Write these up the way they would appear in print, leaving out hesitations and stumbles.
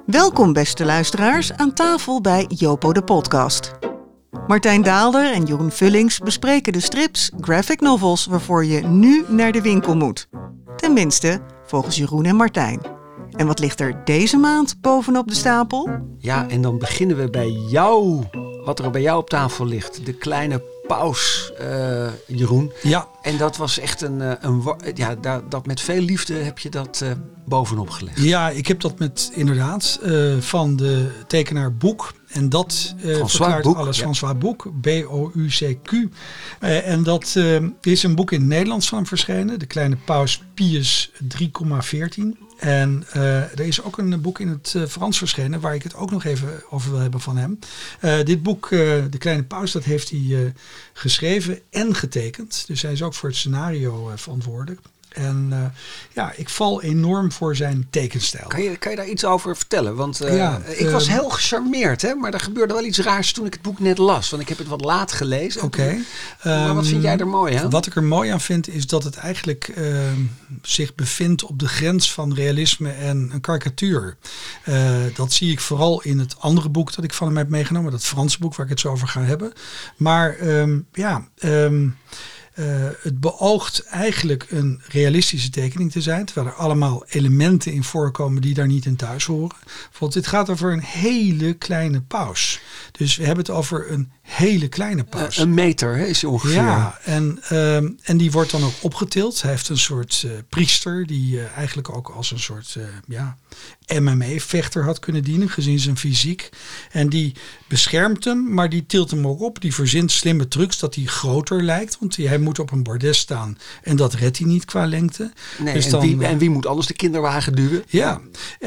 Welkom beste luisteraars aan tafel bij Jopo de podcast. Martijn Daalder en Jeroen Vullings bespreken de strips, graphic novels waarvoor je nu naar de winkel moet. Tenminste, volgens Jeroen en Martijn. En wat ligt er deze maand bovenop de stapel? Ja, en dan beginnen we bij jou. Wat er bij jou op tafel ligt. De kleine paus, Jeroen. Ja. En dat was echt dat met veel liefde heb je dat bovenop gelegd. Ja, ik heb dat met inderdaad van de tekenaar Boek. En dat verklaart Boek, alles. ja. François Boek, B-O-U-C-Q. En dat is een boek in het Nederlands van hem verschenen. De kleine paus Pius 3,14. En er is ook een boek in het Frans verschenen, waar ik het ook nog even over wil hebben van hem. Dit boek, De Kleine Paus, dat heeft hij geschreven en getekend. Dus hij is ook voor het scenario verantwoordelijk. En ik val enorm voor zijn tekenstijl. Kan je daar iets over vertellen? Want ik was heel gecharmeerd, hè? Maar er gebeurde wel iets raars toen ik het boek net las. Want ik heb het wat laat gelezen. Oké. Maar wat vind jij er mooi aan? Wat ik er mooi aan vind is dat het eigenlijk zich bevindt op de grens van realisme en een karikatuur. Dat zie ik vooral in het andere boek dat ik van hem heb meegenomen. Dat Franse boek waar ik het zo over ga hebben. Maar het beoogt eigenlijk een realistische tekening te zijn. Terwijl er allemaal elementen in voorkomen die daar niet in thuis horen. Bijvoorbeeld, dit gaat over een hele kleine paus. Dus we hebben het over een hele kleine paus. Een meter is ongeveer. Ja, en die wordt dan ook opgetild. Hij heeft een soort priester die eigenlijk ook als een soort MMA-vechter had kunnen dienen, gezien zijn fysiek. En die beschermt hem, maar die tilt hem ook op. Die verzint slimme trucs dat hij groter lijkt. Want hij moet op een bordes staan. En dat redt hij niet qua lengte. Nee, dus en wie moet anders de kinderwagen duwen? Ja,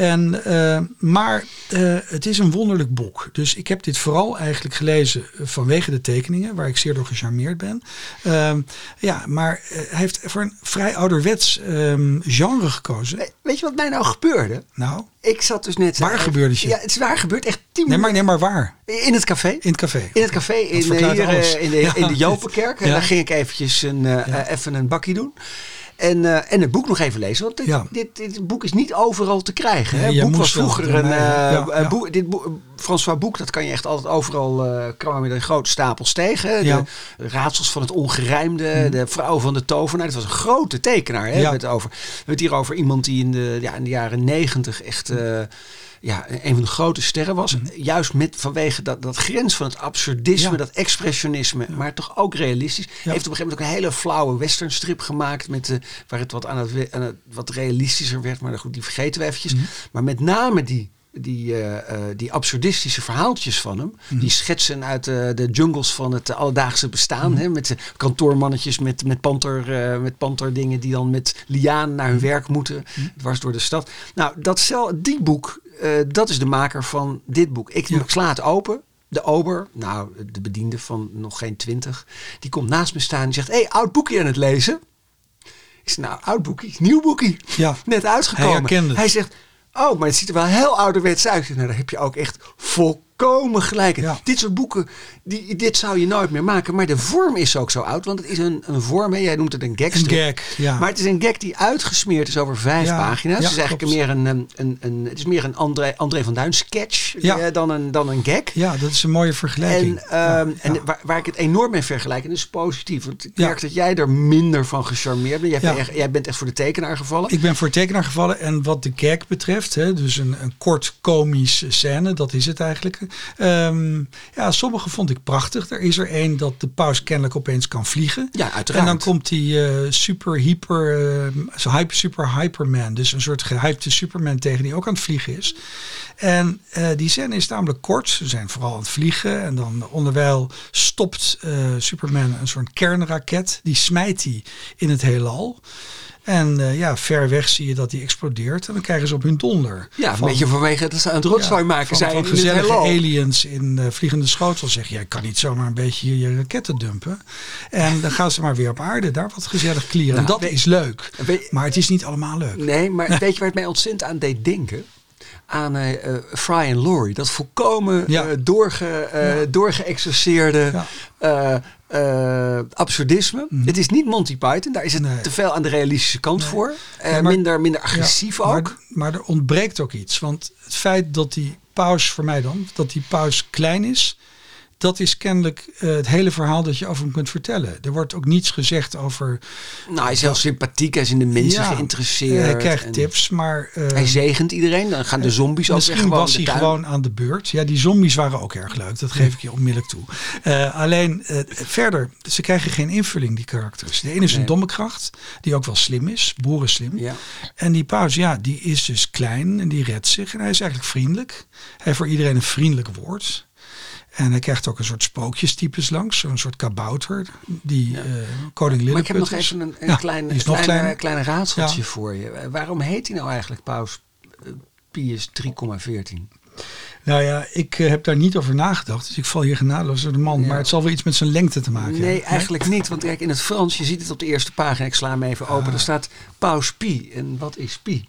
maar het is een wonderlijk boek. Dus ik heb dit vooral eigenlijk gelezen vanwege de tekeningen, waar ik zeer door gecharmeerd ben. Maar hij heeft voor een vrij ouderwets genre gekozen. Weet je wat mij nou gebeurde? Nou? Ik zat dus net... Waar gebeurde het je? Ja, het is waar gebeurd. Echt 10 minuten. Nee, maar waar? In het café. In het café. In het café in de Jopenkerk. En daar ging ik eventjes even een bakkie doen. En het boek nog even lezen. Want dit boek is niet overal te krijgen. Hè? Het boek was vroeger boek. François Boek, dat kan je echt altijd overal kwamen met een grote stapels tegen. Ja. De raadsels van het ongerijmde. De vrouw van de tovenaar. Dat was een grote tekenaar. Hè? Ja. We hebben het hier over iemand die in de jaren 90 echt... een van de grote sterren was. Juist vanwege dat grens van het absurdisme, dat expressionisme, maar toch ook realistisch. Heeft op een gegeven moment ook een hele flauwe westernstrip gemaakt waar het wat realistischer werd. Maar goed, die vergeten we eventjes. Maar met name die absurdistische verhaaltjes van hem. Die schetsen uit de jungles van het alledaagse bestaan. Hè, met kantoormannetjes met panterdingen die dan met lianen naar hun werk moeten. Dwars door de stad. Nou, die boek, dat is de maker van dit boek. Ik sla het open. De ober, de bediende van nog geen 20. Die komt naast me staan en zegt... Hey, oud boekje aan het lezen. Ik zeg, oud boekje, nieuw boekje. Ja. Net uitgekomen. Hij zegt... Oh, maar het ziet er wel heel ouderwets uit. Nou, daar heb je ook echt volkomen gelijk in. Ja. Dit soort boeken, dit zou je nooit meer maken. Maar de vorm is ook zo oud. Want het is een vorm, jij noemt het een gagstrip. Een gag, ja. Maar het is een gag die uitgesmeerd is over 5 pagina's. Het is eigenlijk meer een André van Duin sketch dan een gag. Ja, dat is een mooie vergelijking. En waar ik het enorm mee vergelijk, en dat is positief. Want ik merk dat jij er minder van gecharmeerd bent. Jij bent echt voor de tekenaar gevallen. Ik ben voor de tekenaar gevallen. En wat de gag betreft, dus een kort komisch scène, dat is het eigenlijk. Sommige vond ik prachtig. Er is er één dat de paus kennelijk opeens kan vliegen. Ja, uiteraard. En dan komt die super hyperman. Dus een soort gehypte Superman tegen die ook aan het vliegen is. En die scène is namelijk kort. Ze zijn vooral aan het vliegen. En dan onderwijl stopt Superman een soort kernraket. Die smijt hij in het heelal. En ver weg zie je dat die explodeert. En dan krijgen ze op hun donder. Ja, een beetje vanwege dat ze aan het rotzooi maken zijn. Van gezellige aliens in vliegende schotels zeggen... jij kan niet zomaar een beetje je raketten dumpen. En dan gaan ze maar weer op aarde. Daar wat gezellig klieren. En dat is leuk. Maar het is niet allemaal leuk. Nee, maar weet je waar het mij ontzettend aan deed denken? aan Fry en Laurie. Dat volkomen doorgeëxerceerde absurdisme. Het is niet Monty Python. Daar is het te veel aan de realistische kant voor. Minder agressief ook. Maar er ontbreekt ook iets. Want het feit dat die paus, voor mij dan, dat die paus klein is, dat is kennelijk het hele verhaal dat je over hem kunt vertellen. Er wordt ook niets gezegd over... Nou, hij is heel sympathiek. Hij is in de mensen geïnteresseerd. Hij krijgt tips, maar... hij zegent iedereen. Dan gaan de zombies ook misschien was hij gewoon aan de beurt. Ja, die zombies waren ook erg leuk. Dat geef ik je onmiddellijk toe. Alleen verder, ze krijgen geen invulling, die karakters. De ene is een domme kracht, die ook wel slim is. Boerenslim. Ja. En die paus, die is dus klein en die redt zich. En hij is eigenlijk vriendelijk. Hij heeft voor iedereen een vriendelijk woord. En hij krijgt ook een soort spookjestypes langs. Zo'n soort kabouter. Die koning Lilliput. Maar ik heb nog even een klein raadseltje voor je. Waarom heet hij nou eigenlijk paus Pius 3,14? Nou ja, ik heb daar niet over nagedacht. Dus ik val hier genadeloos door de man. Ja. Maar het zal wel iets met zijn lengte te maken hebben. Nee, eigenlijk niet. Want kijk, in het Frans, je ziet het op de eerste pagina. Ik sla hem even open. Er staat paus Pi. En wat is Pi?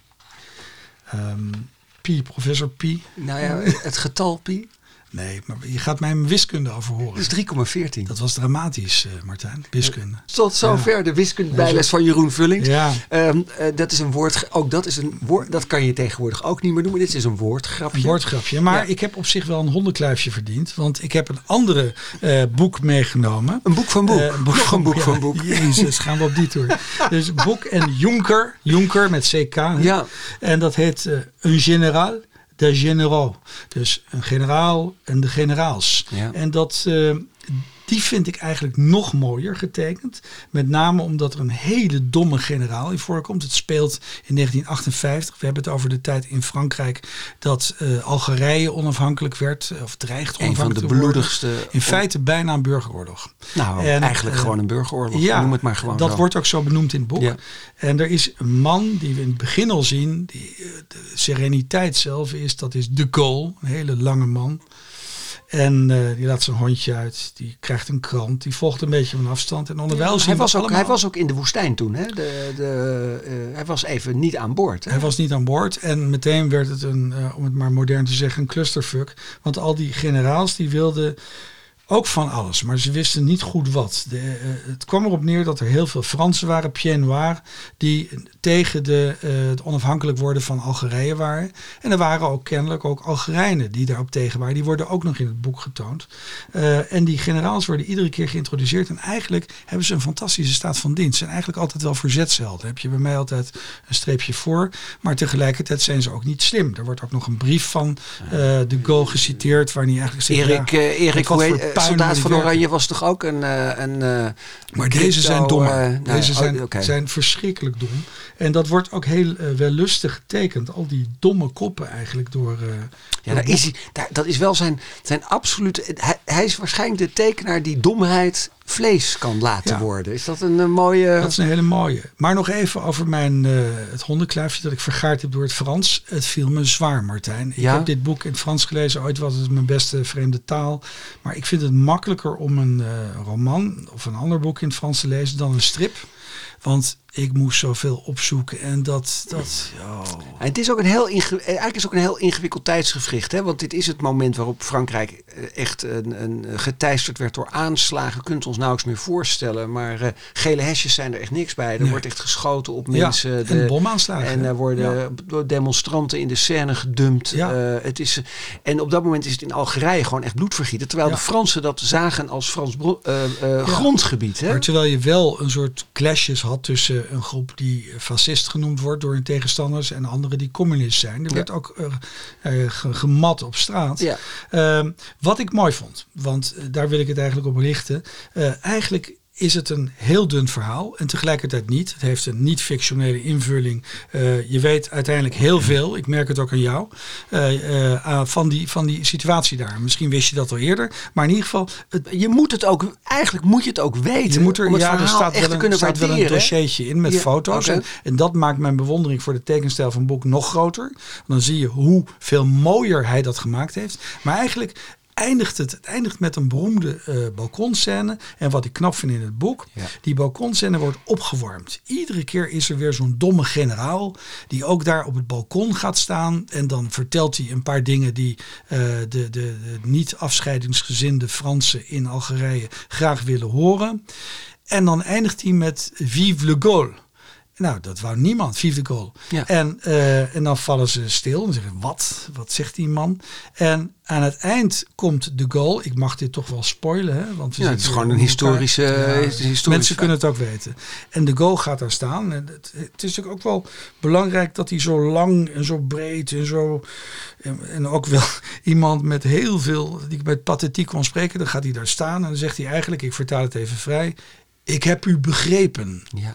Pi, professor Pi. Nou ja, het getal Pi. Nee, maar je gaat mij mijn wiskunde over horen. Dat is 3,14. Dat was dramatisch, Martijn. Wiskunde. Tot zover de wiskundebijles van Jeroen Vullings. Ja. Dat is een woord. Ook dat is een woord. Dat kan je tegenwoordig ook niet meer doen. Maar dit is een woordgrapje. Een woordgrapje. Maar ik heb op zich wel een hondenkluifje verdiend. Want ik heb een andere boek meegenomen. Een boek van boek. Een boek van boek. Jezus, gaan we op die toer. Dus boek en Juncker met CK. Ja. En dat heet Un Général. De generaal. Dus een generaal en de generaals. Ja. En die vind ik eigenlijk nog mooier getekend. Met name omdat er een hele domme generaal in voorkomt. Het speelt in 1958. We hebben het over de tijd in Frankrijk dat Algerije onafhankelijk werd. Of dreigt onafhankelijk te worden. Een van de bloedigste. In feite bijna een burgeroorlog. Nou, eigenlijk gewoon een burgeroorlog. Ja, noem het maar gewoon dat zo. wordt ook zo benoemd in het boek. Ja. En er is een man die we in het begin al zien. Die de sereniteit zelf is. Dat is de Gaulle. Een hele lange man. En die laat zijn hondje uit. Die krijgt een krant. Die volgt een beetje van afstand. En onderwijl hij was ook in de woestijn toen. Hè? Hij was even niet aan boord. Hè? Hij was niet aan boord. En meteen werd het om het maar modern te zeggen, een clusterfuck. Want al die generaals die wilden ook van alles, maar ze wisten niet goed wat. Het kwam erop neer dat er heel veel Fransen waren, pieds noirs, die tegen het onafhankelijk worden van Algerije waren. En er waren ook kennelijk ook Algerijnen die daarop tegen waren. Die worden ook nog in het boek getoond. En die generaals worden iedere keer geïntroduceerd. En eigenlijk hebben ze een fantastische staat van dienst. Ze zijn eigenlijk altijd wel verzetshelden. Daar heb je bij mij altijd een streepje voor. Maar tegelijkertijd zijn ze ook niet slim. Er wordt ook nog een brief van de Gaulle geciteerd, waar hij eigenlijk zegt, Erik Soldaat van Oranje was toch ook een maar deze zijn dommer. Deze zijn verschrikkelijk dom. En dat wordt ook heel wel lustig getekend. Al die domme koppen eigenlijk door... dat is wel zijn absolute... Hij is waarschijnlijk de tekenaar die domheid vlees kan laten worden. Is dat een mooie... Dat is een hele mooie. Maar nog even over het hondenkluifje dat ik vergaard heb door het Frans. Het viel me zwaar, Martijn. Ik heb dit boek in het Frans gelezen. Ooit was het mijn beste vreemde taal. Maar ik vind het makkelijker om een roman of een ander boek in het Frans te lezen dan een strip. Want ik moest zoveel opzoeken en Het is ook eigenlijk is ook een heel ingewikkeld tijdsgevricht, hè? Want dit is het moment waarop Frankrijk echt een geteisterd werd door aanslagen. We kunnen het ons nauwelijks meer voorstellen, maar gele hesjes zijn er echt niks bij. Er wordt echt geschoten op mensen. En bomaanslagen. En er worden demonstranten in de Seine gedumpt. Ja. En op dat moment is het in Algerije gewoon echt bloedvergieten. Terwijl de Fransen dat zagen als Frans grondgebied. Hè? Maar terwijl je wel een soort clashes had tussen een groep die fascist genoemd wordt door hun tegenstanders en anderen die communist zijn. Er werd ook gemat op straat. Ja. Wat ik mooi vond, want daar wil ik het eigenlijk op richten. Eigenlijk is het een heel dun verhaal en tegelijkertijd niet. Het heeft een niet-fictionele invulling. Je weet uiteindelijk heel veel. Ik merk het ook aan jou. Van die situatie daar. Misschien wist je dat al eerder. Maar in ieder geval... Eigenlijk moet je het ook weten. Je moet om het verhaal echt te kunnen waarderen. Wel een dossiertje in met foto's. Okay. En dat maakt mijn bewondering voor de tekenstijl van het boek nog groter. Dan zie je hoe veel mooier hij dat gemaakt heeft. Maar eigenlijk... Het eindigt met een beroemde balkonscène. En wat ik knap vind in het boek, die balkonscène wordt opgewarmd. Iedere keer is er weer zo'n domme generaal die ook daar op het balkon gaat staan. En dan vertelt hij een paar dingen die de niet afscheidingsgezinde Fransen in Algerije graag willen horen. En dan eindigt hij met Vive le Gaulle. Nou, dat wou niemand. Vive de Gaulle. Ja. En dan vallen ze stil en zeggen, wat zegt die man? En aan het eind komt de Gaulle. Ik mag dit toch wel spoilen, hè? Want het is gewoon een historische mensen kunnen het ook weten. En de Gaulle gaat daar staan. En het is natuurlijk ook wel belangrijk dat hij zo lang en zo breed en zo... En ook wel iemand met heel veel... die met pathetiek kon spreken. Dan gaat hij daar staan en dan zegt hij eigenlijk... ik vertaal het even vrij... ik heb u begrepen. Ja.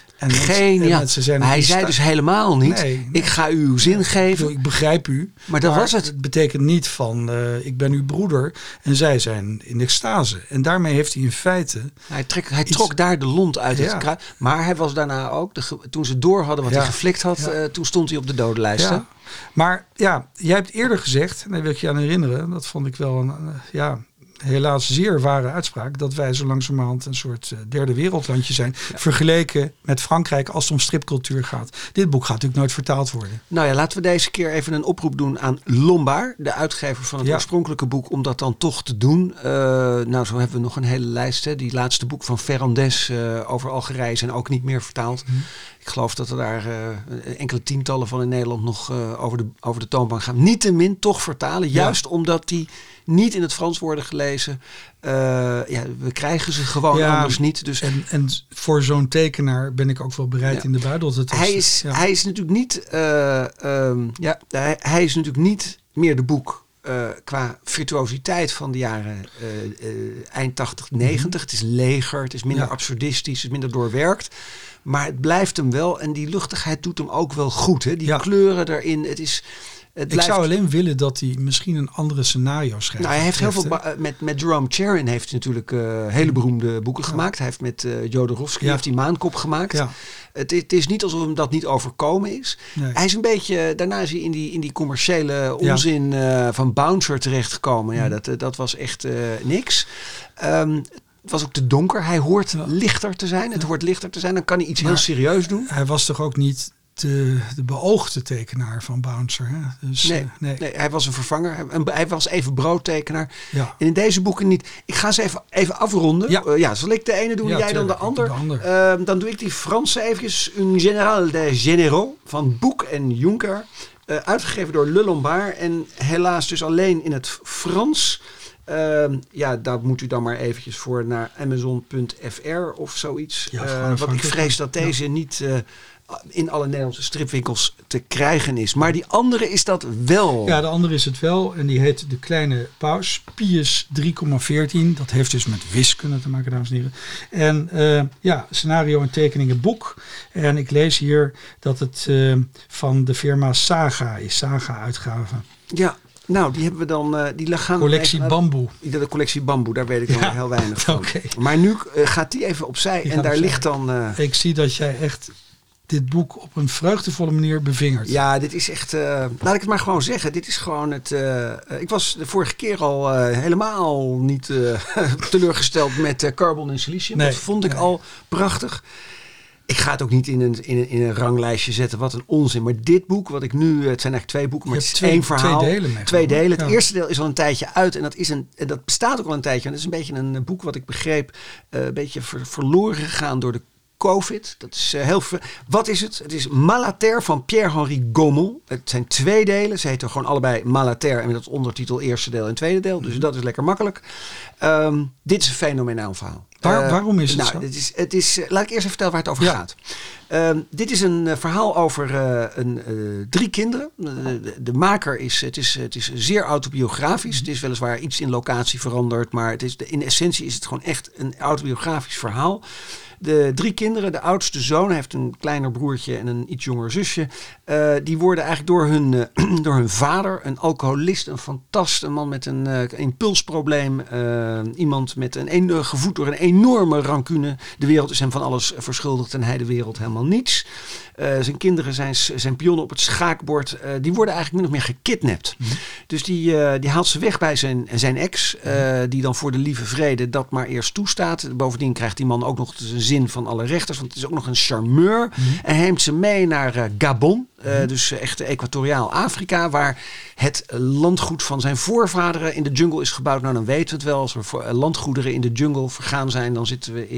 Hij zei dus helemaal niet, nee. Ik ga u uw zin geven. Ik begrijp u. Maar dat was het. Het betekent niet van, ik ben uw broeder. En zij zijn in extase. En daarmee heeft hij in feite... Hij trok daar de lont uit het kruis. Maar hij was daarna ook, toen ze door hadden wat hij geflikt had... toen stond hij op de dodenlijst. Ja. Maar jij hebt eerder gezegd, en daar wil ik je aan herinneren... dat vond ik wel een... helaas zeer ware uitspraak... dat wij zo langzamerhand een soort derde wereldlandje zijn... vergeleken met Frankrijk als het om stripcultuur gaat. Dit boek gaat natuurlijk nooit vertaald worden. Nou ja, laten we deze keer even een oproep doen aan Lombard... de uitgever van het oorspronkelijke boek... om dat dan toch te doen. Zo hebben we nog een hele lijst. Hè. Die laatste boek van Ferrandez over Algerije... zijn ook niet meer vertaald. Ik geloof dat er daar enkele tientallen van in Nederland... nog over de toonbank gaan. Niettemin toch vertalen. Juist omdat die... niet in het Frans worden gelezen. We krijgen ze gewoon anders niet. Dus en voor zo'n tekenaar ben ik ook wel bereid in de buidel te tasten. Hij is natuurlijk niet... hij is natuurlijk niet meer de boek... qua virtuositeit van de jaren eind 80, 90. Het is leger, het is minder absurdistisch, het is minder doorwerkt. Maar het blijft hem wel. En die luchtigheid doet hem ook wel goed. Hè? Die kleuren erin. Het is... Ik zou alleen willen dat hij misschien een andere scenario schrijft. Nou, hij heeft heel veel met Jerome Charin heeft hij natuurlijk hele beroemde boeken gemaakt. Hij heeft met Jodorowsky heeft hij Maankop gemaakt. Ja. Het is niet alsof hem dat niet overkomen is. Nee. Hij is een beetje, daarna is hij in die commerciële onzin van Bouncer terechtgekomen. Ja, dat was echt niks. Het was ook te donker. Hij hoort lichter te zijn. Het hoort lichter te zijn. Dan kan hij iets heel serieus doen. Hij was toch ook niet de beoogde tekenaar van Bouncer. Hè? Dus, nee, hij was een vervanger. Hij was even broodtekenaar. Ja. En in deze boeken niet. Ik ga ze even afronden. Ja. Zal ik de ene doen en jij dan de ander? Dan doe ik die Franse eventjes. Un Général des Généraux van Boek en Juncker. Uitgegeven door Le Lombard. En helaas dus alleen in het Frans. Daar moet u dan maar eventjes voor naar Amazon.fr of zoiets. Want ik vrees dat deze niet... in alle Nederlandse stripwinkels te krijgen is. Maar die andere is dat wel. Ja, de andere is het wel. En die heet De Kleine Paus. Pius 3,14. Dat heeft dus met wiskunde te maken, dames en heren. En scenario en tekeningen boek. En ik lees hier dat het van de firma Saga is. Saga-uitgave. Ja. Nou, die hebben we dan... collectie Bamboe. De collectie Bamboe, daar weet ik nog heel weinig van. Okay. Maar nu gaat die even opzij. En daar ligt dan... Ik zie dat jij echt... dit boek op een vreugdevolle manier bevingerd. Ja, dit is echt... laat ik het maar gewoon zeggen. Dit is gewoon het... ik was de vorige keer al helemaal niet teleurgesteld met Carbon en Silicium. Dat vond ik al prachtig. Ik ga het ook niet in een ranglijstje zetten. Wat een onzin. Maar dit boek, wat ik nu... Het zijn eigenlijk 2 boeken, maar het is 1 verhaal. 2 delen. 2 delen. Het eerste deel is al een tijdje uit. En dat bestaat ook al een tijdje. En dat is een beetje een boek wat ik begreep... een beetje verloren gegaan door de COVID. Dat is heel veel. Wat is het? Het is Malater van Pierre-Henri Gaumont. Het zijn 2 delen. Ze heten gewoon allebei Malater en met dat ondertitel eerste deel en tweede deel. Dus dat is lekker makkelijk. Dit is een fenomenaal verhaal. Waarom is het zo? Het is, laat ik eerst even vertellen waar het over gaat. Dit is een verhaal over 3 kinderen. De maker is, het is zeer autobiografisch. Het is weliswaar iets in locatie veranderd, maar in essentie is het gewoon echt een autobiografisch verhaal. De 3 kinderen, de oudste zoon heeft een kleiner broertje en een iets jonger zusje. Die worden eigenlijk door hun vader, een alcoholist, een fantast, een man met een impulsprobleem, iemand met gevoed door een enorme rancune. De wereld is hem van alles verschuldigd en hij de wereld helemaal niets. Zijn kinderen zijn pionnen op het schaakbord. Die worden eigenlijk min of meer gekidnapt. Mm-hmm. Dus die haalt ze weg bij zijn ex. Die dan voor de lieve vrede dat maar eerst toestaat. Bovendien krijgt die man ook nog zijn zin van alle rechters. Want het is ook nog een charmeur. Mm-hmm. En neemt ze mee naar Gabon. Dus echt Equatoriaal Afrika. Waar het landgoed van zijn voorvaderen in de jungle is gebouwd. Nou, dan weten we het wel. Als er landgoederen in de jungle vergaan zijn, dan zitten we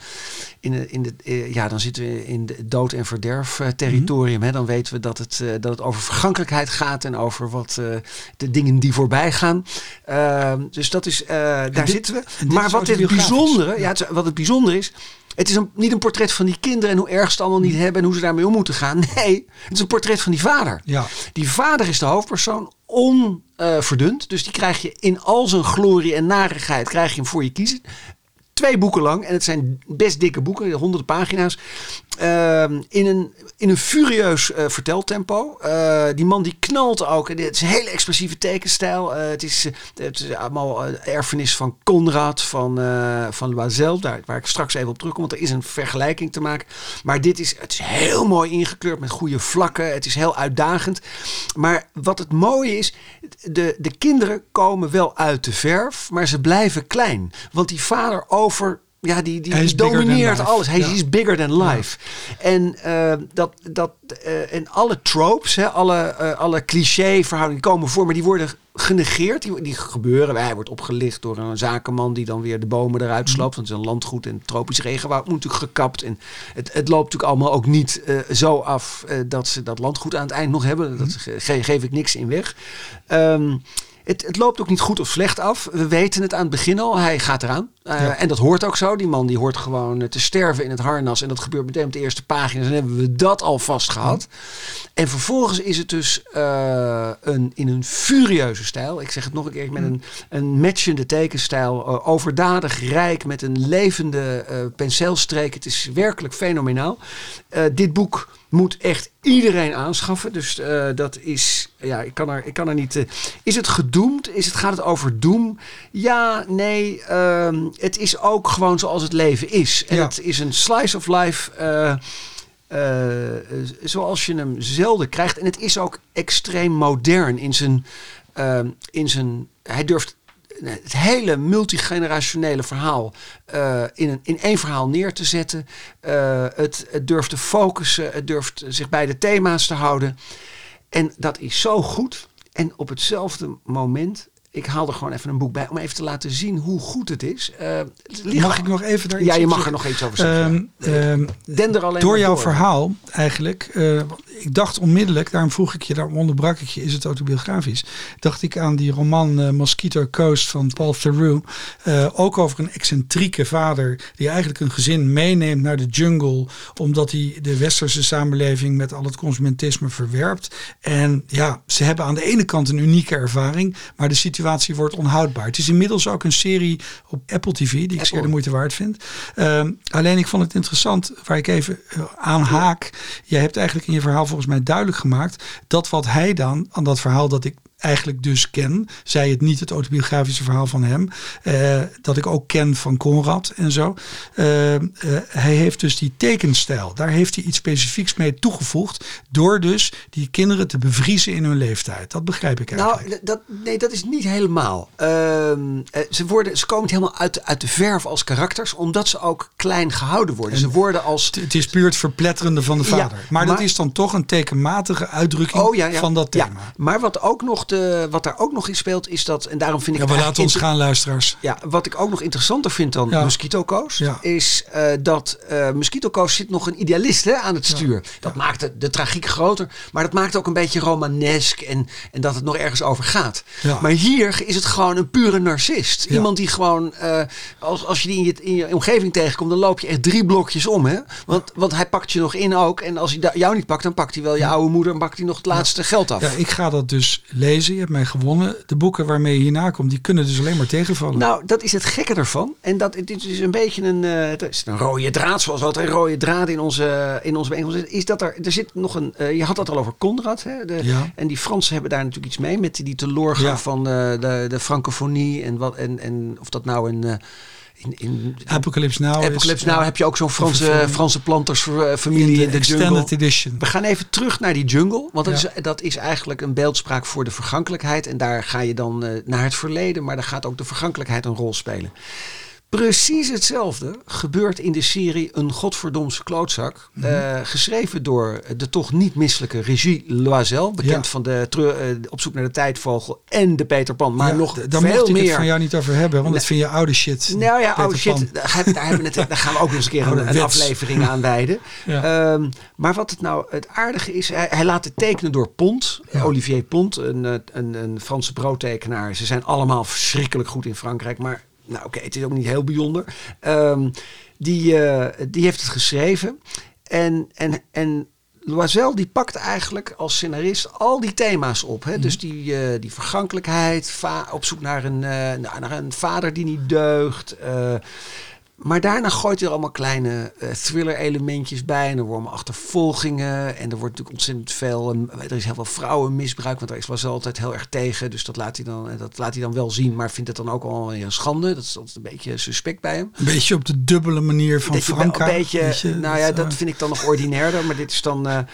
in de dood- en verderf territorium. Hè. Dan weten we dat het over vergankelijkheid gaat en over de dingen die voorbij gaan. Dus dat is, daar zitten we. Maar wat het bijzondere is, het is niet een portret van die kinderen en hoe erg ze het allemaal niet hebben en hoe ze daarmee om moeten gaan. Nee, het is een portret van die vader. Ja. Die vader is de hoofdpersoon, onverdund. Dus die krijg je in al zijn glorie en narigheid, krijg je hem voor je kiezen. 2 boeken lang. En het zijn best dikke boeken, honderden pagina's. In een furieus verteltempo. Die man die knalt ook. Het is een hele expressieve tekenstijl. Het is allemaal erfenis van Conrad, van Loisel. Waar ik straks even op terugkom. Want er is een vergelijking te maken. Maar het is heel mooi ingekleurd met goede vlakken. Het is heel uitdagend. Maar wat het mooie is, de kinderen komen wel uit de verf. Maar ze blijven klein. Want die vader die domineert alles. Hij is bigger than life. Ja. En alle tropes, alle cliché-verhoudingen komen voor, maar die worden genegeerd. Die gebeuren. Hij wordt opgelicht door een zakenman die dan weer de bomen eruit sloopt. Want het is een landgoed en tropisch regenwoud moet natuurlijk gekapt. En het loopt natuurlijk allemaal ook niet zo af dat ze dat landgoed aan het eind nog hebben. Dat geef ik niks in weg. Het loopt ook niet goed of slecht af. We weten het aan het begin al. Hij gaat eraan. En dat hoort ook zo. Die man die hoort gewoon te sterven in het harnas. En dat gebeurt meteen op de eerste pagina. Dan hebben we dat al vast gehad. En vervolgens is het dus in een furieuze stijl. Ik zeg het nog een keer. Met een matchende tekenstijl. Overdadig rijk. Met een levende penseelstreek. Het is werkelijk fenomenaal. Dit boek moet echt iedereen aanschaffen. Dus dat is... Ja, ik kan er niet... is het gedoemd? Gaat het over doem? Ja, nee. Het is ook gewoon zoals het leven is. En het is een slice of life... zoals je hem zelden krijgt. En het is ook extreem modern in zijn... Hij durft het hele multigenerationele verhaal in één verhaal neer te zetten. Het durft te focussen. Het durft zich bij de thema's te houden. En dat is zo goed. En op hetzelfde moment... Ik haal er gewoon even een boek bij om even te laten zien hoe goed het is. Mag ik nog even daar iets je mag er nog iets over zeggen. Door jouw verhaal eigenlijk. Ik dacht onmiddellijk, daarom onderbrak ik je, is het autobiografisch. Dacht ik aan die roman Mosquito Coast van Paul Theroux. Ook over een excentrieke vader die eigenlijk een gezin meeneemt naar de jungle. Omdat hij de westerse samenleving met al het consumentisme verwerpt. En ja, ze hebben aan de ene kant een unieke ervaring. Maar de situatie wordt onhoudbaar. Het is inmiddels ook een serie op Apple TV die ik zeer de moeite waard vind. Alleen ik vond het interessant waar ik even aan haak. Jij hebt eigenlijk in je verhaal volgens mij duidelijk gemaakt dat wat hij dan aan dat verhaal dat ik eigenlijk dus ken, zij het niet het autobiografische verhaal van hem, dat ik ook ken van Conrad en zo. Hij heeft dus die tekenstijl. Daar heeft hij iets specifieks mee toegevoegd door dus die kinderen te bevriezen in hun leeftijd. Dat begrijp ik eigenlijk. Nou, dat is niet helemaal. Ze komen helemaal uit de verf als karakters, omdat ze ook klein gehouden worden. Ze worden als... Het is puur het verpletterende van de vader. Maar dat is dan toch een tekenmatige uitdrukking van dat thema. Ja, maar wat daar ook nog in speelt is dat, en daarom vind ik... we laten ons gaan, luisteraars. Ja, wat ik ook nog interessanter vind dan Mosquito Coast, is dat Mosquito Coast zit nog een idealist aan het stuur. Dat maakt de tragiek groter, maar dat maakt ook een beetje romanesk en dat het nog ergens over gaat. Ja. Maar hier is het gewoon een pure narcist. Ja. Iemand die gewoon, als je die in je omgeving tegenkomt, dan loop je echt 3 blokjes om. Hè? Want hij pakt je nog in ook. En als hij jou niet pakt, dan pakt hij wel je oude moeder en pakt hij nog het laatste geld af. Ja, ik ga dat dus lezen. gelezen, je hebt mij gewonnen. De boeken waarmee je hierna komt, die kunnen dus alleen maar tegenvallen. Nou, dat is het gekke ervan. En dit is een beetje het is een rode draad, zoals altijd een rode draad in onze bijeenkomst. Is dat er zit nog je had het al over Conrad. Hè? En die Fransen hebben daar natuurlijk iets mee met die teloorgang van de francofonie. En of dat nou in Apocalypse Now. Apocalypse Now heb je ook zo'n Franse plantersfamilie in de jungle. Edition. We gaan even terug naar die jungle. Want dat is eigenlijk een beeldspraak voor de vergankelijkheid. En daar ga je dan naar het verleden. Maar daar gaat ook de vergankelijkheid een rol spelen. Precies hetzelfde gebeurt in de serie Een Godverdomse klootzak. Geschreven door de toch niet misselijke Régis Loisel. Bekend van de Op zoek naar de tijdvogel en de Peter Pan. Maar nog daar veel mocht ik meer. Het van jou niet over hebben. Want dat vind je oude shit. Nou ja, oude shit. Daar gaan we ook nog eens een keer een aflevering aan wijden. Ja. Maar wat het aardige is. Hij laat het tekenen door Pont. Ja. Olivier Pont. Een Franse broodtekenaar. Ze zijn allemaal verschrikkelijk goed in Frankrijk. Maar nou oké, het is ook niet heel bijzonder. Die heeft het geschreven. En Loisel die pakt eigenlijk als scenarist al die thema's op. Hè? Dus die vergankelijkheid. Op zoek naar een vader die niet deugt. Maar daarna gooit hij er allemaal kleine thriller-elementjes bij. En er worden achtervolgingen. En er wordt natuurlijk ontzettend veel. Er is heel veel vrouwenmisbruik. Want daar is Loisel altijd heel erg tegen. Dus dat laat hij dan wel zien. Maar vindt het dan ook al een schande. Dat is altijd een beetje suspect bij hem. Een beetje op de dubbele manier van Franka. Dat vind ik dan nog ordinairder. Maar dit is dan.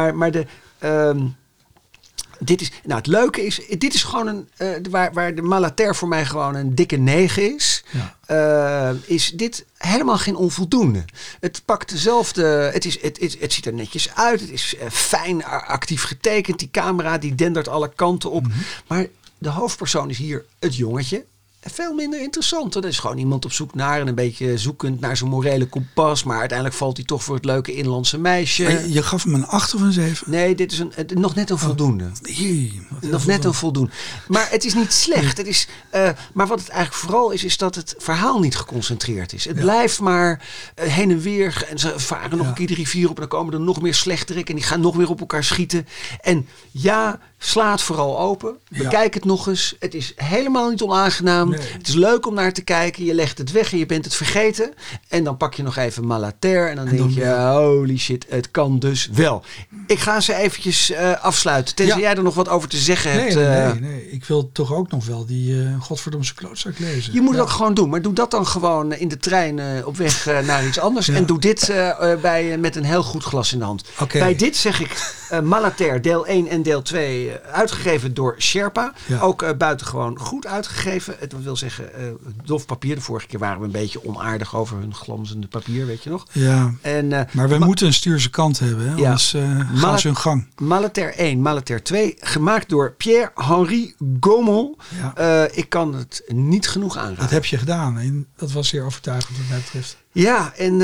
Dit is, het leuke is, dit is gewoon waar de Malater voor mij gewoon een dikke 9 is. Ja. Is dit helemaal geen onvoldoende. Het pakt dezelfde, het ziet er netjes uit. Het is fijn actief getekend. Die camera die dendert alle kanten op. Maar de hoofdpersoon is hier het jongetje. Veel minder interessant. Er is gewoon iemand op zoek naar en een beetje zoekend naar zijn morele kompas. Maar uiteindelijk valt hij toch voor het leuke inlandse meisje. Je gaf hem een 8 of een 7? Nee, dit is nog net een voldoende. Nog net een voldoende. Maar het is niet slecht. Het is, maar wat het eigenlijk vooral is dat het verhaal niet geconcentreerd is. Het blijft maar heen en weer. En ze varen nog een keer de rivier op en dan komen er nog meer slechterik. En die gaan nog weer op elkaar schieten. En sla het vooral open. Bekijk het nog eens. Het is helemaal niet onaangenaam. Nee. Het is leuk om naar te kijken. Je legt het weg en je bent het vergeten. En dan pak je nog even Malater. En dan denk je, holy shit, het kan dus wel. Ik ga ze eventjes afsluiten. Tenzij jij er nog wat over te zeggen hebt. Nee. Ik wil toch ook nog wel die Godverdomse klootzak lezen. Je moet het ook gewoon doen. Maar doe dat dan gewoon in de trein op weg naar iets anders. En doe dit met een heel goed glas in de hand. Okay. Bij dit zeg ik Malater deel 1 en deel 2 uitgegeven door Sherpa. Ja. Ook buitengewoon goed uitgegeven. Het wil zeggen, dof papier. De vorige keer waren we een beetje onaardig over hun glanzende papier, weet je nog. Ja, maar we moeten een stuurse kant hebben. Hè? Anders gaan ze hun gang. Malater 1, Malater 2. Gemaakt door Pierre-Henri Gaumont. Ja. Ik kan het niet genoeg aanraden. Dat heb je gedaan. En dat was zeer overtuigend wat mij betreft. Ja, en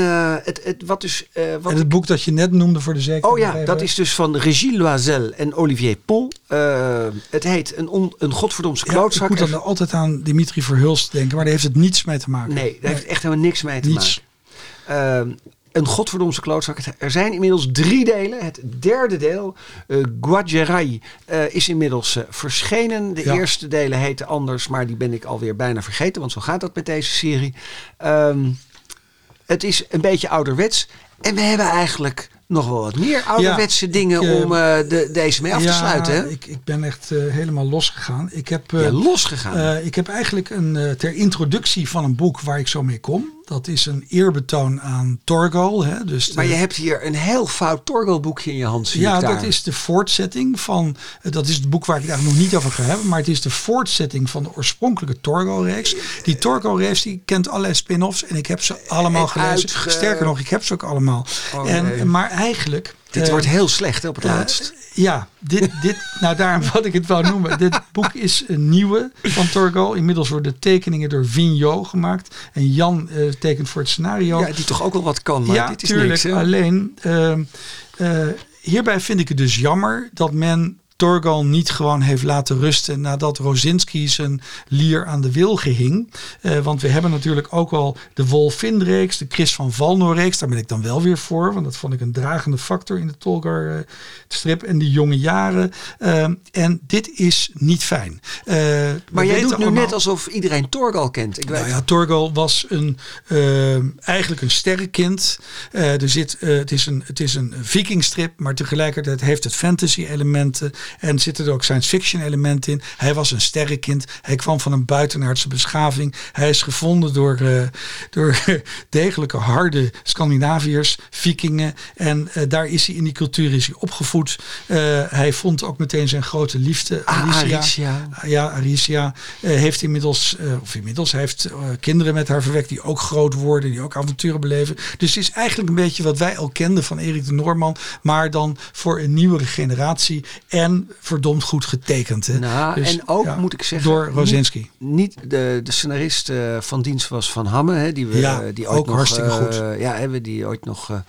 en het boek dat je net noemde voor de zekerheid. Oh ja, dat is dus van Régis Loisel en Olivier Pont. Het heet Een Godverdomse klootzak. Ik moet dan altijd aan Dimitri Verhulst denken, maar daar heeft het niets mee te maken. Nee, daar heeft echt helemaal niks mee te maken. Een Godverdomse klootzak. Er zijn inmiddels 3 delen. Het derde deel, Guajerai, is inmiddels verschenen. De eerste delen heten anders, maar die ben ik alweer bijna vergeten. Want zo gaat dat met deze serie. Het is een beetje ouderwets. En we hebben eigenlijk nog wel wat meer ouderwetse dingen om deze mee af te sluiten. Hè? Ik ben echt helemaal losgegaan. Ik heb eigenlijk ter introductie van een boek waar ik zo mee kom. Dat is een eerbetoon aan Torgal. Hè? Dus maar je hebt hier een heel fout Torgal boekje in je hand. Dat is de voortzetting van. Dat is het boek waar ik het eigenlijk nog niet over ga hebben. Maar het is de voortzetting van de oorspronkelijke Torgal-reeks. Die Torgal-reeks die kent allerlei spin-offs. En ik heb ze allemaal gelezen. Sterker nog, ik heb ze ook allemaal. Maar eigenlijk. Dit wordt heel slecht op het laatst. Daarom wat ik het wou noemen. Dit boek is een nieuwe van Torgal. Inmiddels worden tekeningen door Vigneault gemaakt. En Jan tekent voor het scenario. Ja, die toch ook wel wat kan. Maar dit is tuurlijk. Niks, hè? Alleen, hierbij vind ik het dus jammer dat men Torgal niet gewoon heeft laten rusten nadat Rosinski zijn lier aan de wilgen hing. Want we hebben natuurlijk ook al de Wolfin-reeks, de Chris van Valno-reeks. Daar ben ik dan wel weer voor, want dat vond ik een dragende factor in de Tolgar-strip en die jonge jaren. En dit is niet fijn. Maar jij doet nu net alsof iedereen Torgal kent. Torgal was eigenlijk een sterrenkind. Het is een vikingstrip, maar tegelijkertijd heeft het fantasy elementen en zitten er ook science fiction elementen in. Hij was een sterrenkind. Hij kwam van een buitenaardse beschaving. Hij is gevonden door degelijke harde Scandinaviërs, vikingen. En daar is hij in die cultuur is hij opgevoed. Hij vond ook meteen zijn grote liefde. Aricia. Aricia heeft inmiddels hij heeft kinderen met haar verwekt die ook groot worden, die ook avonturen beleven. Dus het is eigenlijk een beetje wat wij al kenden van Erik de Noorman, maar dan voor een nieuwere generatie en verdomd goed getekend. Hè? Dus, en ook moet ik zeggen, door Rosinski. Niet de scenarist van dienst was Van Hamme, hè, die ooit ook nog hartstikke goed. Die ooit nog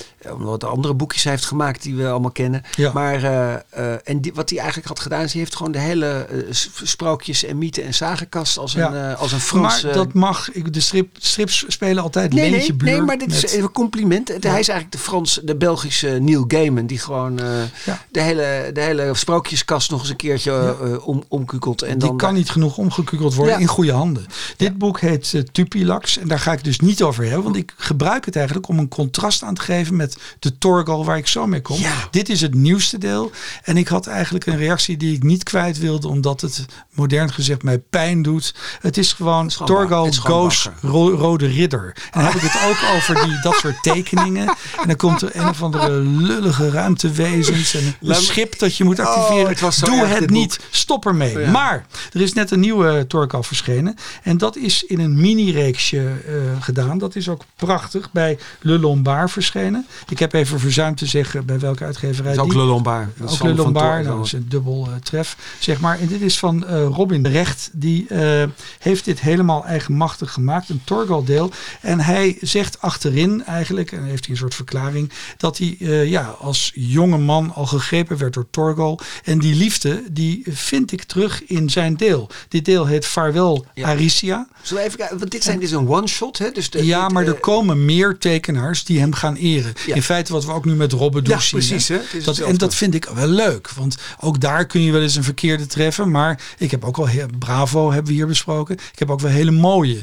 wat andere boekjes heeft gemaakt die we allemaal kennen. Ja. Maar wat hij eigenlijk had gedaan is, hij heeft gewoon de hele sprookjes en mythen en sagenkast als een Frans. Maar dat mag. De strips spelen altijd leentje blur. Nee, maar dit is een compliment. Hij is eigenlijk de Belgische Neil Gaiman die gewoon de hele sprookjeskast nog eens een keertje omkukelt. En die kan niet genoeg omgekukeld worden in goede handen. Dit boek heet Tupilax en daar ga ik dus niet over hebben, want ik gebruik het eigenlijk om een contrast aan te geven met de Torgal waar ik zo mee kom. Ja. Dit is het nieuwste deel. En ik had eigenlijk een reactie die ik niet kwijt wilde, omdat het modern gezegd mij pijn doet. Het is gewoon Torgal Goes Rode Ridder. En dan heb ik het ook over dat soort tekeningen. En dan komt er een of andere lullige ruimtewezens en een schip dat je moet activeren. Doe het niet. Stop ermee. Ja. Maar er is net een nieuwe Torgal verschenen. En dat is in een mini-reeksje gedaan. Dat is ook prachtig bij Le Lombard verschenen. Ik heb even verzuimd te zeggen bij welke uitgeverij. Dat is ook Le Lombard. Ook Le Lombard. Dat is een dubbel tref, zeg maar. En dit is van Robin Recht. Die heeft dit helemaal eigenmachtig gemaakt. Een Torgal-deel. En hij zegt achterin eigenlijk, en heeft hij een soort verklaring, dat hij als jonge man al gegrepen werd door Torgal. En die liefde, die vind ik terug in zijn deel. Dit deel heet Vaarwel Aricia. Zullen we even kijken? Want dit is een one-shot. Hè? Dus maar er komen meer tekenaars die hem gaan eren. Ja. In feite wat we ook nu met Robbe doen zien. Precies. Hè? En dat vind ik wel leuk. Want ook daar kun je wel eens een verkeerde treffen. Maar ik heb ook wel Bravo hebben we hier besproken. Ik heb ook wel hele mooie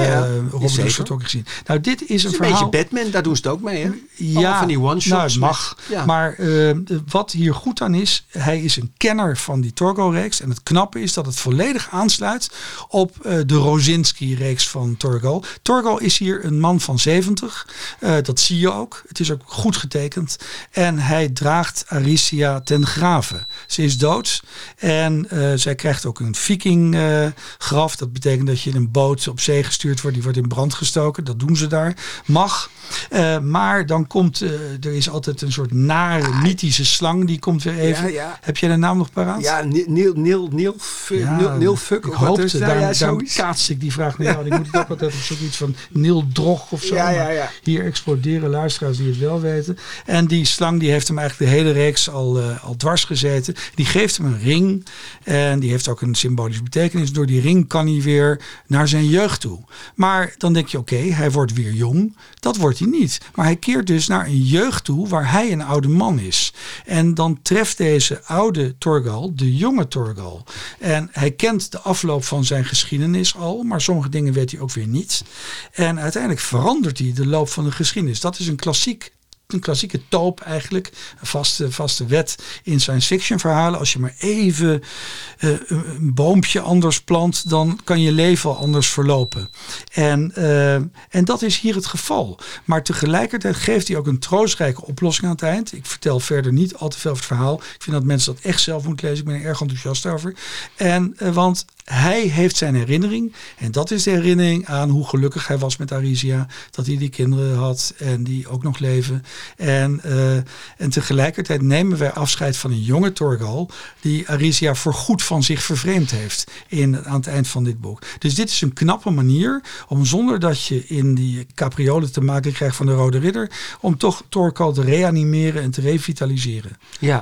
Robbe Does gezien. Nou, dit is een verhaal. Een beetje Batman, daar doen ze het ook mee. Hè? Ja, van die one-shots. Nou, het mag. Ja. Maar wat hier goed aan is, hij is een kenner van die Torgal-reeks. En het knappe is dat het volledig aansluit op de Rosinski-reeks van Torgal. Torgal is hier een man van 70. Dat zie je ook. Het is ook goed getekend. En hij draagt Aricia ten grave. Ze is dood. En zij krijgt ook een viking graf. Dat betekent dat je in een boot op zee gestuurd wordt. Die wordt in brand gestoken. Dat doen ze daar. Mag. Maar dan komt, er is altijd een soort nare, mythische slang. Die komt weer even. Ja. Heb jij de naam nog paraat? Ja, Neil Fuck. Ik hoopte, daarom kaatste ik die vraag naar jou. Ik moet het ook altijd op zoiets van Neil Drog of zo. Ja. Hier exploderen luisteraars die het wel weten. En die slang die heeft hem eigenlijk de hele reeks al dwars gezeten. Die geeft hem een ring. En die heeft ook een symbolische betekenis. Door die ring kan hij weer naar zijn jeugd toe. Maar dan denk je, oké, hij wordt weer jong. Dat wordt hij niet. Maar hij keert dus naar een jeugd toe waar hij een oude man is. En dan treft deze oude Torgal de jonge Torgal. En hij kent de afloop van zijn geschiedenis al. Maar sommige dingen weet hij ook weer niet. En uiteindelijk verandert hij de loop van de geschiedenis. Dat is een klassieke toop eigenlijk. Een vaste wet in science fiction verhalen. Als je maar even een boompje anders plant, dan kan je leven al anders verlopen. En dat is hier het geval. Maar tegelijkertijd geeft hij ook een troostrijke oplossing aan het eind. Ik vertel verder niet al te veel over het verhaal. Ik vind dat mensen dat echt zelf moeten lezen. Ik ben er erg enthousiast over. Want hij heeft zijn herinnering. En dat is de herinnering aan hoe gelukkig hij was met Aricia. Dat hij die kinderen had en die ook nog leven. En tegelijkertijd nemen wij afscheid van een jonge Torgal die Aricia voorgoed van zich vervreemd heeft aan het eind van dit boek. Dus dit is een knappe manier om zonder dat je in die capriolen te maken krijgt van de Rode Ridder, om toch Torgal te reanimeren en te revitaliseren. Ja.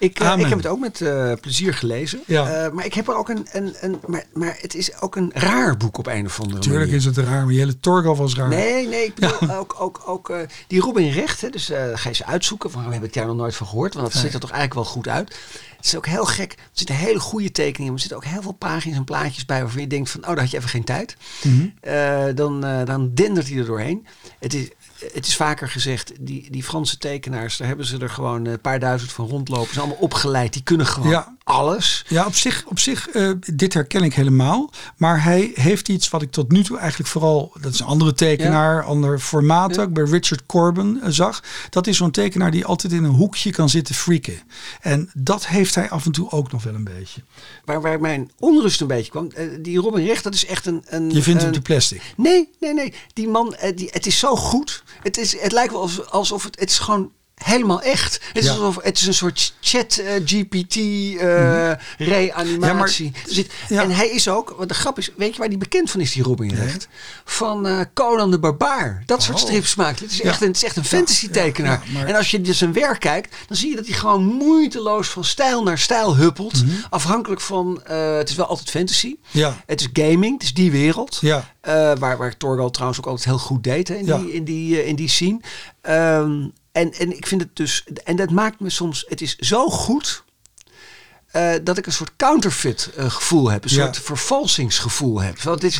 Ik heb het ook met plezier gelezen. Ja. Maar ik heb er ook maar het is ook een raar boek op een of andere manier. Tuurlijk is het raar, maar die hele Torgal was raar. Nee, ik bedoel ook die Robin Recht. Hè, dus ga je ze uitzoeken. Van, heb ik daar nog nooit van gehoord? Want dat ziet er toch eigenlijk wel goed uit. Het is ook heel gek. Er zitten hele goede tekeningen. Maar er zitten ook heel veel pagina's en plaatjes bij waarvan je denkt van, daar had je even geen tijd. Mm-hmm. Dan dendert hij er doorheen. Het is vaker gezegd, die Franse tekenaars, daar hebben ze er gewoon een paar duizend van rondlopen. Ze zijn allemaal opgeleid. Die kunnen gewoon alles. Ja, op zich dit herken ik helemaal. Maar hij heeft iets wat ik tot nu toe eigenlijk vooral, dat is een andere tekenaar, ander formaat ook, bij Richard Corbin zag. Dat is zo'n tekenaar die altijd in een hoekje kan zitten freaken. En dat heeft hij af en toe ook nog wel een beetje. Waar mijn onrust een beetje kwam, die Robin Recht, dat is echt een je vindt hem te plastic. Nee. Die man, het is zo goed. Het lijkt wel alsof het is gewoon helemaal echt. Het is een soort chat GPT reanimatie. En hij is ook, want de grap is, weet je waar die bekend van is, die Robin Recht? Van Conan de Barbaar. Dat soort strips maakt. Het is echt een fantasy tekenaar. Maar... En als je dus zijn werk kijkt, dan zie je dat hij gewoon moeiteloos van stijl naar stijl huppelt. Mm-hmm. Afhankelijk van, het is wel altijd fantasy. Ja. Het is gaming, het is die wereld. Ja. Waar Torgal trouwens ook altijd heel goed deed in die scene. En ik vind het dus, en dat maakt me soms, het is zo goed dat ik een soort counterfeit gevoel heb, een soort vervalsingsgevoel heb. Want het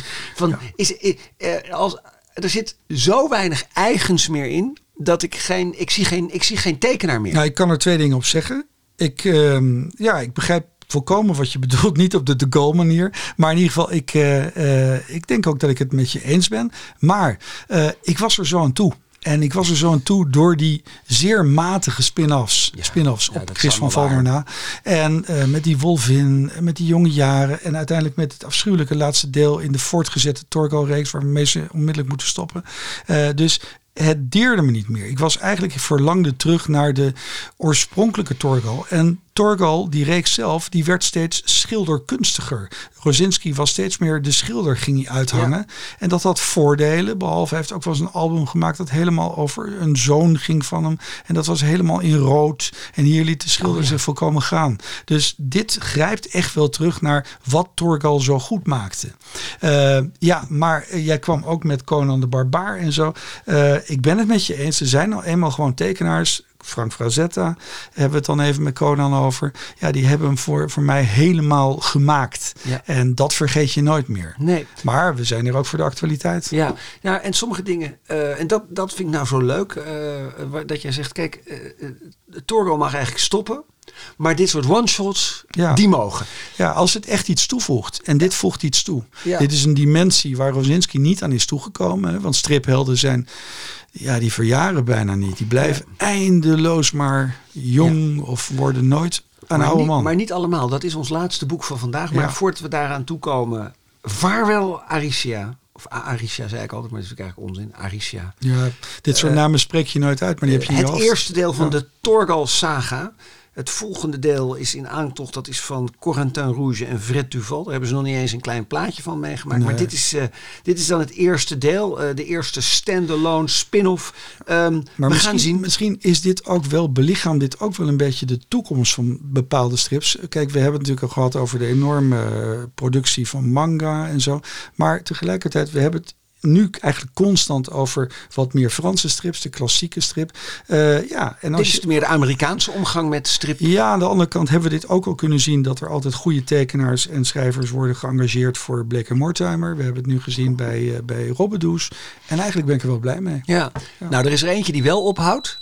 is er zit zo weinig eigens meer in dat ik zie geen tekenaar meer. Nou, ik kan er 2 dingen op zeggen. Ik begrijp volkomen wat je bedoelt, niet op de Gaulle manier. Maar in ieder geval, ik denk ook dat ik het met je eens ben. Maar ik was er zo aan toe. En ik was er zo aan toe door die zeer matige spin-offs op Chris van Valmer na. En met die Wolvin, met die jonge jaren. En uiteindelijk met het afschuwelijke laatste deel in de voortgezette Torgal-reeks, waar we meestal onmiddellijk moeten stoppen. Dus het deerde me niet meer. Ik was eigenlijk verlangde terug naar de oorspronkelijke Torgal. En Torgal, die reeks zelf, die werd steeds schilderkunstiger. Rosinski was steeds meer de schilder, ging hij uithangen. Ja. En dat had voordelen. Behalve, hij heeft ook wel eens een album gemaakt dat helemaal over een zoon ging van hem. En dat was helemaal in rood. En hier liet de schilder zich volkomen gaan. Dus dit grijpt echt wel terug naar wat Torgal zo goed maakte. Maar jij kwam ook met Conan de Barbaar en zo. Ik ben het met je eens. Er zijn nou eenmaal gewoon tekenaars. Frank Frazetta hebben we het dan even met Conan over. Ja, die hebben hem voor mij helemaal gemaakt. Ja. En dat vergeet je nooit meer. Nee. Maar we zijn er ook voor de actualiteit. Ja, en sommige dingen, en dat vind ik nou zo leuk, dat jij zegt, kijk, Torgal mag eigenlijk stoppen. Maar dit soort one-shots, die mogen. Ja, als het echt iets toevoegt. En dit voegt iets toe. Ja. Dit is een dimensie waar Rosinski niet aan is toegekomen. Hè, want striphelden zijn, die verjaren bijna niet. Die blijven eindeloos maar jong of worden nooit een oude man. Maar niet allemaal. Dat is ons laatste boek van vandaag. Maar voordat we daaraan toekomen, vaarwel Aricia. Of Aricia zei ik altijd, maar dat is eigenlijk onzin. Aricia. Ja, dit soort namen spreek je nooit uit, maar die heb je in je hoofd. Het eerste deel van de Torgal saga. Het volgende deel is in aantocht. Dat is van Corentin Rouge en Fred Duval. Daar hebben ze nog niet eens een klein plaatje van meegemaakt. Nee. Maar dit is dan het eerste deel. De eerste standalone spin-off. Maar we gaan zien. Misschien is dit ook wel, belichaam dit ook wel een beetje de toekomst van bepaalde strips. Kijk, we hebben het natuurlijk al gehad over de enorme productie van manga en zo. Maar tegelijkertijd, we hebben het nu eigenlijk constant over wat meer Franse strips, de klassieke strip. En dit is meer de Amerikaanse omgang met strip. Ja, aan de andere kant hebben we dit ook al kunnen zien dat er altijd goede tekenaars en schrijvers worden geëngageerd voor Blake & Mortimer. We hebben het nu gezien bij Robbedoes. En eigenlijk ben ik er wel blij mee. Ja. Nou, er is er eentje die wel ophoudt.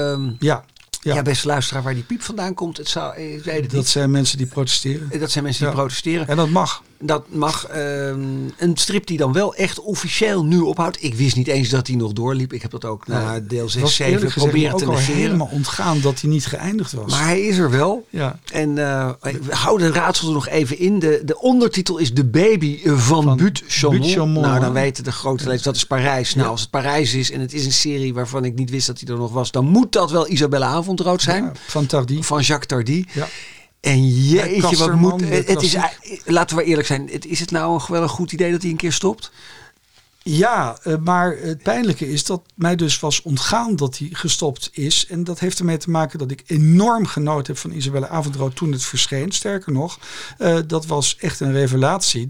Ja, beste luisteraar, waar die piep vandaan komt, ik weet het niet. Dat zijn mensen die protesteren. Dat zijn mensen die protesteren. En dat mag. Dat mag. Een strip die dan wel echt officieel nu ophoudt. Ik wist niet eens dat hij nog doorliep. Ik heb dat ook na deel 6, 7 proberen te negeren. Helemaal ontgaan dat hij niet geëindigd was. Maar hij is er wel. Ja. En we houden het raadsel er nog even in. De ondertitel is De Baby van But Chaumont. Nou, dan weten de grote lezers, dat is Parijs. Nou, als het Parijs is en het is een serie waarvan ik niet wist dat hij er nog was, dan moet dat wel Isabelle Avondrood zijn. Ja, van Tardy. Van Jacques Tardy. Ja. En jeetje, wat moet... Het is, laten we eerlijk zijn. Is het nou wel een goed idee dat hij een keer stopt? Ja, maar het pijnlijke is dat mij dus was ontgaan dat hij gestopt is. En dat heeft ermee te maken dat ik enorm genoten heb van Isabelle Avondrood toen het verscheen. Sterker nog, dat was echt een revelatie.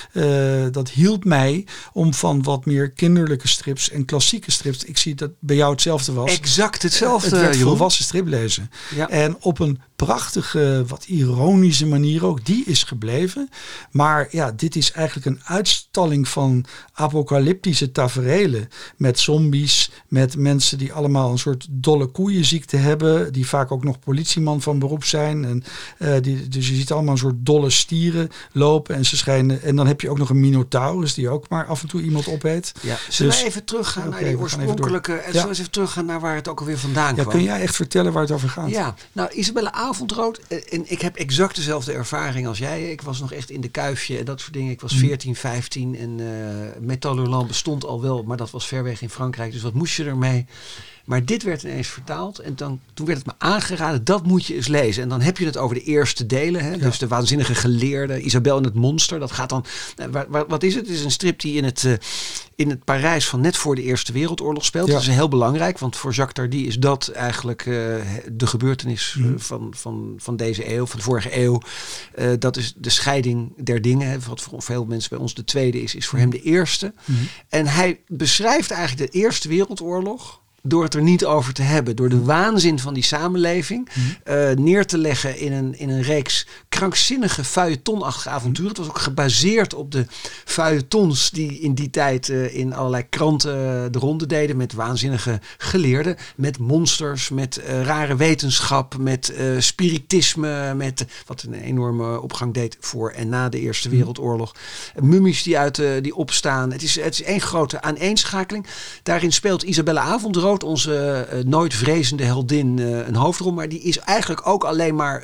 Dat hielp mij om van wat meer kinderlijke strips en klassieke strips. Ik zie dat bij jou hetzelfde was. Exact hetzelfde. Het werd volwassen striplezen. Ja. En op een prachtige, wat ironische manier ook. Die is gebleven. Maar ja, dit is eigenlijk een uitstalling van apocalyptische taferelen. Met zombies, met mensen die allemaal een soort dolle koeienziekte hebben. Die vaak ook nog politieman van beroep zijn. En, dus je ziet allemaal een soort dolle stieren lopen. En ze schijnen. En dan heb je ook nog een minotaurus die ook maar af en toe iemand opeet. Ja. Zullen we even teruggaan naar die oorspronkelijke. En zullen we eens even teruggaan naar waar het ook alweer vandaan kwam? Kun jij echt vertellen waar het over gaat? Ja, nou Isabelle Avondrood. En ik heb exact dezelfde ervaring als jij. Ik was nog echt in de Kuifje en dat soort dingen. Ik was 14, 15 en Métal Hurlant bestond al wel, maar dat was ver weg in Frankrijk. Dus wat moest je ermee? Maar dit werd ineens vertaald en toen werd het me aangeraden, dat moet je eens lezen. En dan heb je het over de eerste delen. Hè? Ja. Dus de waanzinnige geleerde, Isabel en het monster. Dat gaat dan, wat is het? Het is een strip die in het Parijs van net voor de Eerste Wereldoorlog speelt. Ja. Dat is heel belangrijk, want voor Jacques Tardy is dat eigenlijk de gebeurtenis van deze eeuw, van de vorige eeuw. Dat is de scheiding der dingen. Wat voor veel mensen bij ons de tweede is voor hem de eerste. En hij beschrijft eigenlijk de Eerste Wereldoorlog door het er niet over te hebben. Door de waanzin van die samenleving neer te leggen in een reeks krankzinnige feuilletonachtige avonturen. Het was ook gebaseerd op de feuilletons die in die tijd in allerlei kranten de ronde deden. Met waanzinnige geleerden. Met monsters. Met rare wetenschap. Met spiritisme. Met wat een enorme opgang deed voor en na de Eerste Wereldoorlog. Mummies die opstaan. Het is één grote aaneenschakeling. Daarin speelt Isabelle Avondrood, onze nooit vrezende heldin, een hoofdrol. Maar die is eigenlijk ook alleen maar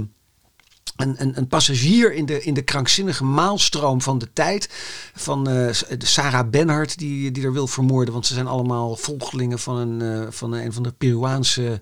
een passagier in de krankzinnige maalstroom van de tijd. Van Sarah Bernhardt die er wil vermoorden. Want ze zijn allemaal volgelingen van een van de Peruaanse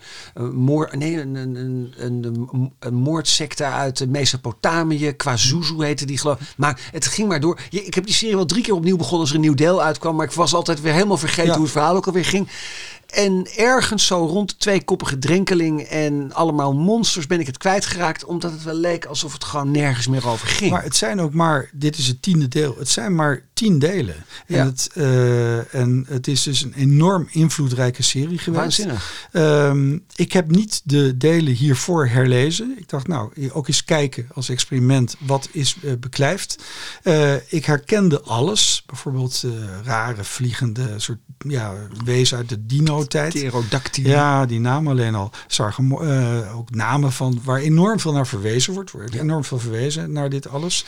een moordsecte uit Mesopotamië. KwaZulu heette die geloof ik. Maar het ging maar door. Ik heb die serie wel 3 keer opnieuw begonnen als er een nieuw deel uitkwam. Maar ik was altijd weer helemaal vergeten hoe het verhaal ook alweer ging. En ergens zo rond de tweekoppige drenkeling en allemaal monsters ben ik het kwijtgeraakt. Omdat het wel leek alsof het gewoon nergens meer over ging. Maar het zijn ook maar, dit is het 10e deel. Het zijn maar 10 delen. En, en het is dus een enorm invloedrijke serie geweest. Waanzinnig. Ik heb niet de delen hiervoor herlezen. Ik dacht ook eens kijken als experiment wat is beklijft. Ik herkende alles. Bijvoorbeeld rare vliegende soort wezen uit de dino-tijd. Pterodactyl. Ja, die namen alleen al. Ook namen van waar enorm veel naar verwezen wordt. Er wordt enorm veel verwezen naar dit alles.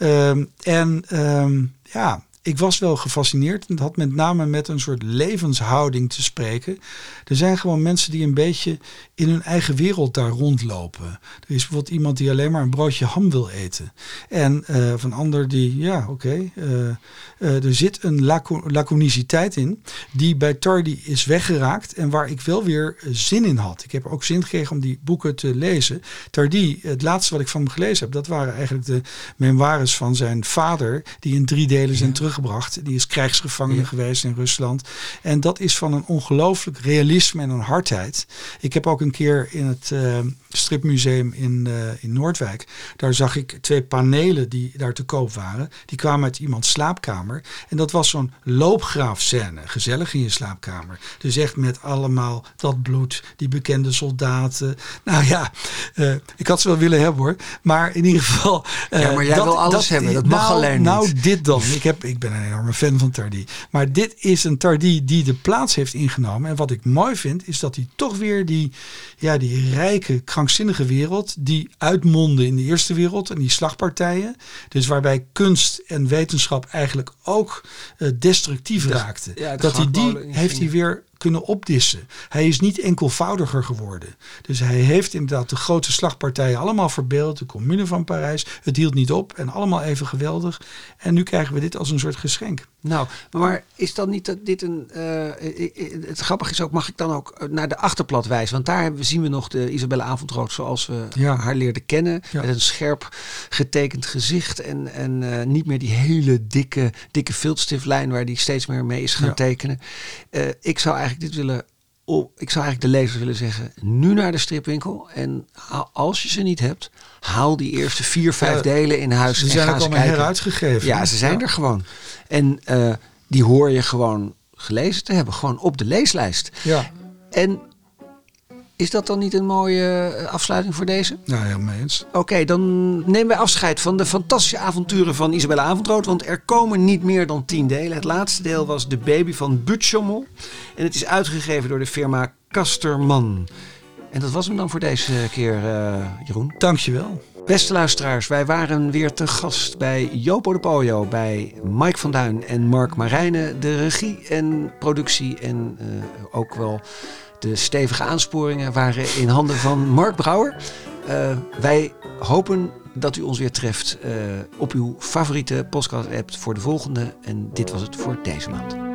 Ik was wel gefascineerd. Het had met name met een soort levenshouding te spreken. Er zijn gewoon mensen die een beetje in hun eigen wereld daar rondlopen. Er is bijvoorbeeld iemand die alleen maar een broodje ham wil eten. En van ander die, er zit een laconiciteit in die bij Tardy is weggeraakt en waar ik wel weer zin in had. Ik heb ook zin gekregen om die boeken te lezen. Tardy, het laatste wat ik van hem gelezen heb, dat waren eigenlijk de memoires van zijn vader, die in 3 delen zijn teruggebracht. Die is krijgsgevangene geweest in Rusland. En dat is van een ongelooflijk realisme en een hardheid. Ik heb ook een keer in het stripmuseum in Noordwijk. Daar zag ik 2 panelen die daar te koop waren. Die kwamen uit iemands slaapkamer. En dat was zo'n loopgraafscène. Gezellig in je slaapkamer. Dus echt met allemaal dat bloed. Die bekende soldaten. Ik had ze wel willen hebben hoor. Maar in ieder geval. Maar jij wil alles hebben. Dat mag alleen niet. Dit dan. Ik ben een enorme fan van Tardy. Maar dit is een Tardy die de plaats heeft ingenomen. En wat ik mooi vind is dat hij toch weer die rijke, krankzinnige wereld die uitmondde in de Eerste Wereld en die slagpartijen. Dus waarbij kunst en wetenschap eigenlijk ook destructief raakten. Ja, dat hij heeft hij weer kunnen opdissen. Hij is niet enkelvoudiger geworden. Dus hij heeft inderdaad de grote slagpartijen allemaal verbeeld. De Commune van Parijs. Het hield niet op en allemaal even geweldig. En nu krijgen we dit als een soort geschenk. Nou, maar is dan niet dit een... het grappige is ook, mag ik dan ook naar de achterplat wijzen? Want daar zien we nog de Isabelle Avondrood zoals we haar leerden kennen. Ja. Met een scherp getekend gezicht en niet meer die hele dikke viltstiftlijn waar die steeds meer mee is gaan tekenen. Ik zou eigenlijk de lezers willen zeggen, nu naar de stripwinkel. En als je ze niet hebt, haal die eerste 4-5 delen in huis. Ze zijn ook allemaal heruitgegeven. Ja, ze zijn er gewoon. En die hoor je gewoon gelezen te hebben. Gewoon op de leeslijst. Ja. En is dat dan niet een mooie afsluiting voor deze? Nou, helemaal eens. Oké, dan nemen wij afscheid van de fantastische avonturen van Isabelle Avondrood. Want er komen niet meer dan 10 delen. Het laatste deel was De Baby van Butschommel. En het is uitgegeven door de firma Kasterman. En dat was hem dan voor deze keer, Jeroen. Dankjewel. Beste luisteraars, wij waren weer te gast bij Jopo de Poyo, bij Mike van Duin en Mark Marijnen. De regie en productie en ook wel de stevige aansporingen waren in handen van Mark Brouwer. Wij hopen dat u ons weer treft op uw favoriete podcast-app voor de volgende. En dit was het voor deze maand.